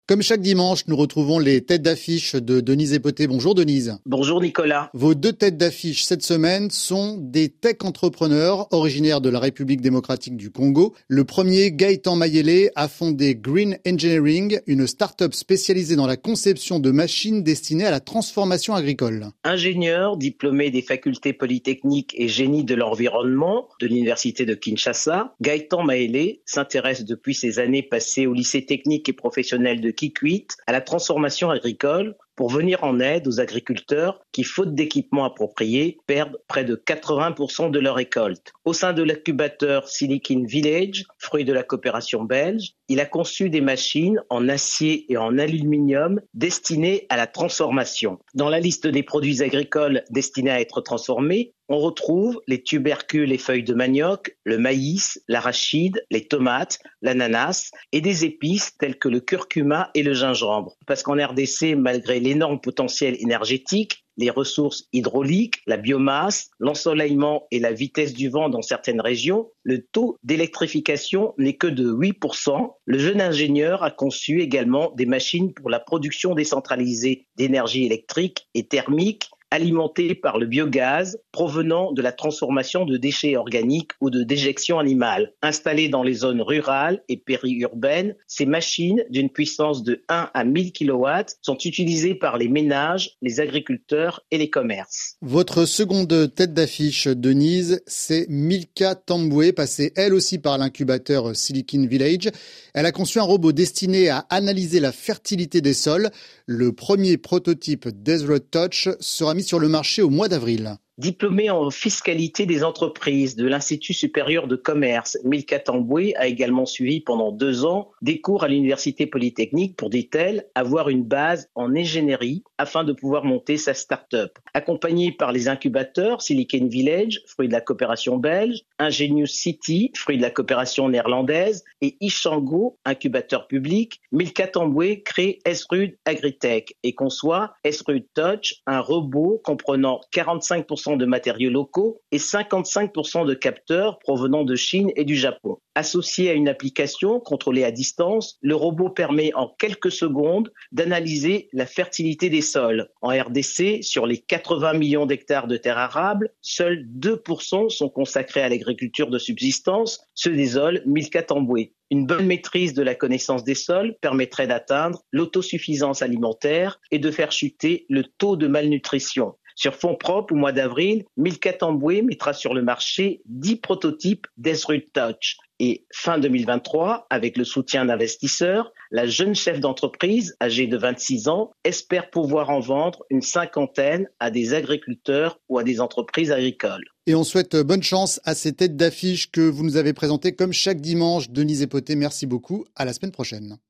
Comme chaque dimanche, nous retrouvons les têtes d'affiche de Denise Epoté. Bonjour Denise. Bonjour Nicolas. Vos deux têtes d'affiche cette semaine sont des tech entrepreneurs originaires de la République démocratique du Congo. Le premier, Gaëtan Mayele, a fondé Green Engineering, une start-up spécialisée dans la conception de machines destinées à la transformation agricole. Ingénieur, diplômé des facultés polytechniques et génie de l'environnement de l'université de Kinshasa, Gaëtan Mayele s'intéresse depuis ses années passées au lycée technique et professionnel de Kikwit à la transformation agricole pour venir en aide aux agriculteurs qui, faute d'équipements appropriés, perdent près de 80% de leur récolte. Au sein de l'incubateur Silicon Village, fruit de la coopération belge, il a conçu des machines en acier et en aluminium destinées à la transformation. Dans la liste des produits agricoles destinés à être transformés, on retrouve les tubercules et feuilles de manioc, le maïs, l'arachide, les tomates, l'ananas et des épices telles que le curcuma et le gingembre. Parce qu'en RDC, malgré l'énorme potentiel énergétique, les ressources hydrauliques, la biomasse, l'ensoleillement et la vitesse du vent dans certaines régions, le taux d'électrification n'est que de 8%. Le jeune ingénieur a conçu également des machines pour la production décentralisée d'énergie électrique et thermique, alimentés par le biogaz provenant de la transformation de déchets organiques ou de déjections animales. Installées dans les zones rurales et périurbaines, ces machines d'une puissance de 1 à 1000 kW sont utilisées par les ménages, les agriculteurs et les commerces. Votre seconde tête d'affiche, Denise, c'est Milka Tambwe, passée elle aussi par l'incubateur Silicon Village. Elle a conçu un robot destiné à analyser la fertilité des sols. Le premier prototype Desert Touch sera mis sur le marché au mois d'avril. Diplômée en fiscalité des entreprises de l'Institut supérieur de commerce, Milka Tambwe a également suivi pendant 2 ans des cours à l'Université polytechnique pour, dit-elle, avoir une base en ingénierie afin de pouvoir monter sa start-up. Accompagnée par les incubateurs Silicon Village, fruit de la coopération belge, Ingenious City, fruit de la coopération néerlandaise, et Ishango, incubateur public, Milka Tambwe crée SRUD Agritech et conçoit SRUD Touch, un robot comprenant 45% de matériaux locaux et 55% de capteurs provenant de Chine et du Japon. Associé à une application contrôlée à distance, le robot permet en quelques secondes d'analyser la fertilité des sols. En RDC, sur les 80 millions d'hectares de terres arables, seuls 2% sont consacrés à l'agriculture de subsistance, ceux des zones Milka Tambwe. Une bonne maîtrise de la connaissance des sols permettrait d'atteindre l'autosuffisance alimentaire et de faire chuter le taux de malnutrition. Sur fonds propres, au mois d'avril, Milka Tambwe mettra sur le marché 10 prototypes d'Esrud Touch. Et fin 2023, avec le soutien d'investisseurs, la jeune chef d'entreprise, âgée de 26 ans, espère pouvoir en vendre une 50aine à des agriculteurs ou à des entreprises agricoles. Et on souhaite bonne chance à ces têtes d'affiche que vous nous avez présentées comme chaque dimanche. Denise Epoté, merci beaucoup. À la semaine prochaine.